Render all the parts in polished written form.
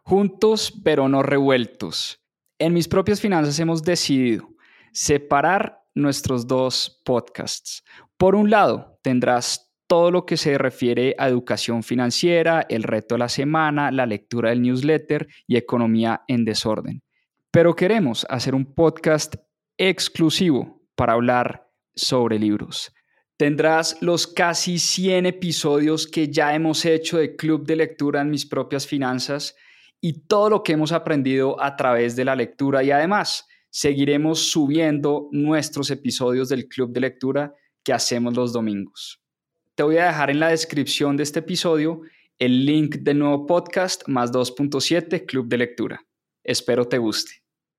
Juntos pero no revueltos. En Mis Propias Finanzas hemos decidido separar nuestros dos podcasts. Por un lado, tendrás todo lo que se refiere a educación financiera, el reto de la semana, la lectura del newsletter y economía en desorden. Pero queremos hacer un podcast exclusivo para hablar sobre libros. Tendrás los casi 100 episodios que ya hemos hecho de Club de Lectura en Mis Propias Finanzas y todo lo que hemos aprendido a través de la lectura. Y además, seguiremos subiendo nuestros episodios del Club de Lectura que hacemos los domingos. Te voy a dejar en la descripción de este episodio el link del nuevo podcast más 2.7 Club de Lectura. Espero te guste.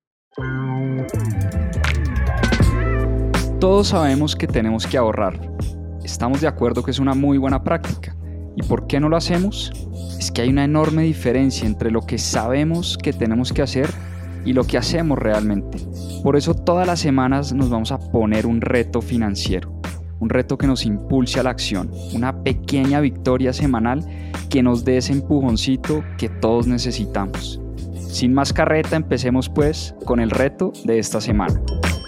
Todos sabemos que tenemos que ahorrar. Estamos de acuerdo que es una muy buena práctica. ¿Y por qué no lo hacemos? Es que hay una enorme diferencia entre lo que sabemos que tenemos que hacer y lo que hacemos realmente. Por eso todas las semanas nos vamos a poner un reto financiero. Un reto que nos impulse a la acción. Una pequeña victoria semanal que nos dé ese empujoncito que todos necesitamos. Sin más carreta, empecemos pues con el reto de esta semana.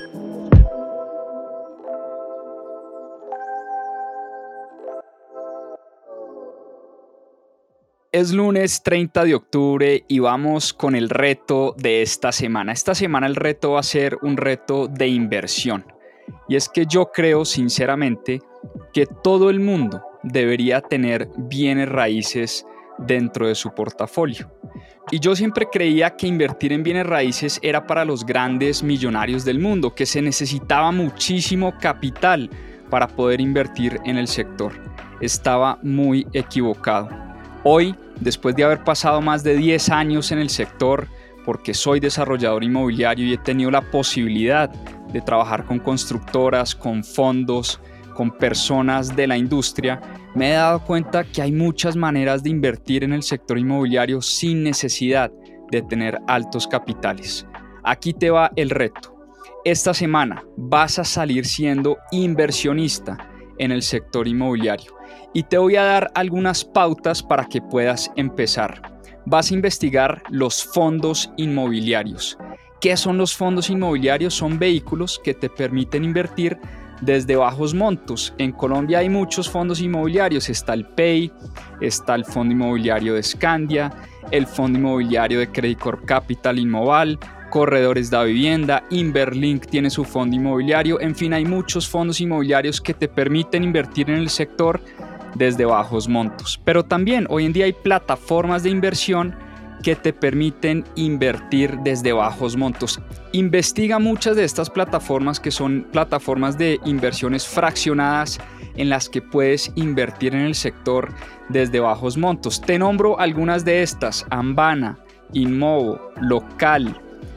Es lunes 30 de octubre y vamos con el reto de esta semana. Esta semana el reto va a ser un reto de inversión. Y es que yo creo sinceramente que todo el mundo debería tener bienes raíces dentro de su portafolio. Y yo siempre creía que invertir en bienes raíces era para los grandes millonarios del mundo, que se necesitaba muchísimo capital para poder invertir en el sector. Estaba muy equivocado. Hoy, después de haber pasado más de 10 años en el sector, porque soy desarrollador inmobiliario y he tenido la posibilidad de trabajar con constructoras, con fondos, con personas de la industria, me he dado cuenta que hay muchas maneras de invertir en el sector inmobiliario sin necesidad de tener altos capitales. Aquí te va el reto. Esta semana vas a salir siendo inversionista en el sector inmobiliario. Y te voy a dar algunas pautas para que puedas empezar. Vas a investigar los fondos inmobiliarios. ¿Qué son los fondos inmobiliarios? Son vehículos que te permiten invertir desde bajos montos. En Colombia hay muchos fondos inmobiliarios. Está el PEI, está el Fondo Inmobiliario de Scandia, el Fondo Inmobiliario de Credit Corp Capital Inmoval, Corredores da Vivienda, Inverlink tiene su fondo inmobiliario. En fin, hay muchos fondos inmobiliarios que te permiten invertir en el sector desde bajos montos. Pero también hoy en día hay plataformas de inversión que te permiten invertir desde bajos montos. Investiga muchas de estas plataformas que son plataformas de inversiones fraccionadas en las que puedes invertir en el sector desde bajos montos. Te nombro algunas de estas: Ambana, Inmovo, Local,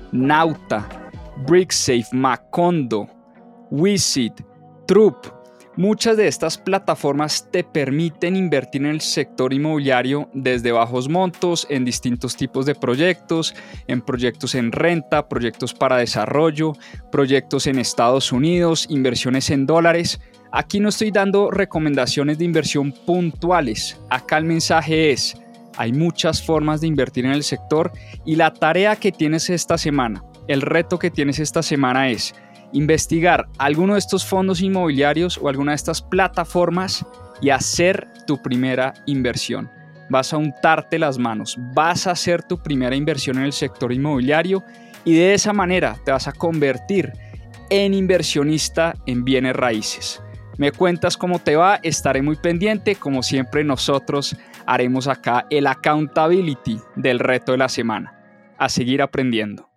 Nauta, Bricksafe, Macondo, Wizit, Troop. Muchas de estas plataformas te permiten invertir en el sector inmobiliario desde bajos montos, en distintos tipos de proyectos, en proyectos en renta, proyectos para desarrollo, proyectos en Estados Unidos, inversiones en dólares. Aquí no estoy dando recomendaciones de inversión puntuales. Acá el mensaje es: hay muchas formas de invertir en el sector y la tarea que tienes esta semana, el reto que tienes esta semana es investigar alguno de estos fondos inmobiliarios o alguna de estas plataformas y hacer tu primera inversión. Vas a untarte las manos, vas a hacer tu primera inversión en el sector inmobiliario y de esa manera te vas a convertir en inversionista en bienes raíces. Me cuentas cómo te va, estaré muy pendiente. Como siempre, nosotros haremos acá el accountability del reto de la semana. A seguir aprendiendo.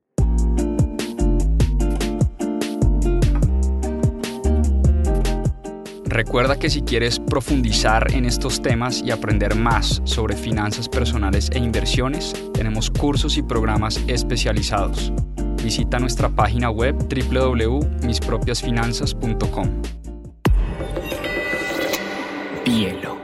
Recuerda que si quieres profundizar en estos temas y aprender más sobre finanzas personales e inversiones, tenemos cursos y programas especializados. Visita nuestra página web www.mispropiasfinanzas.com. Bielo.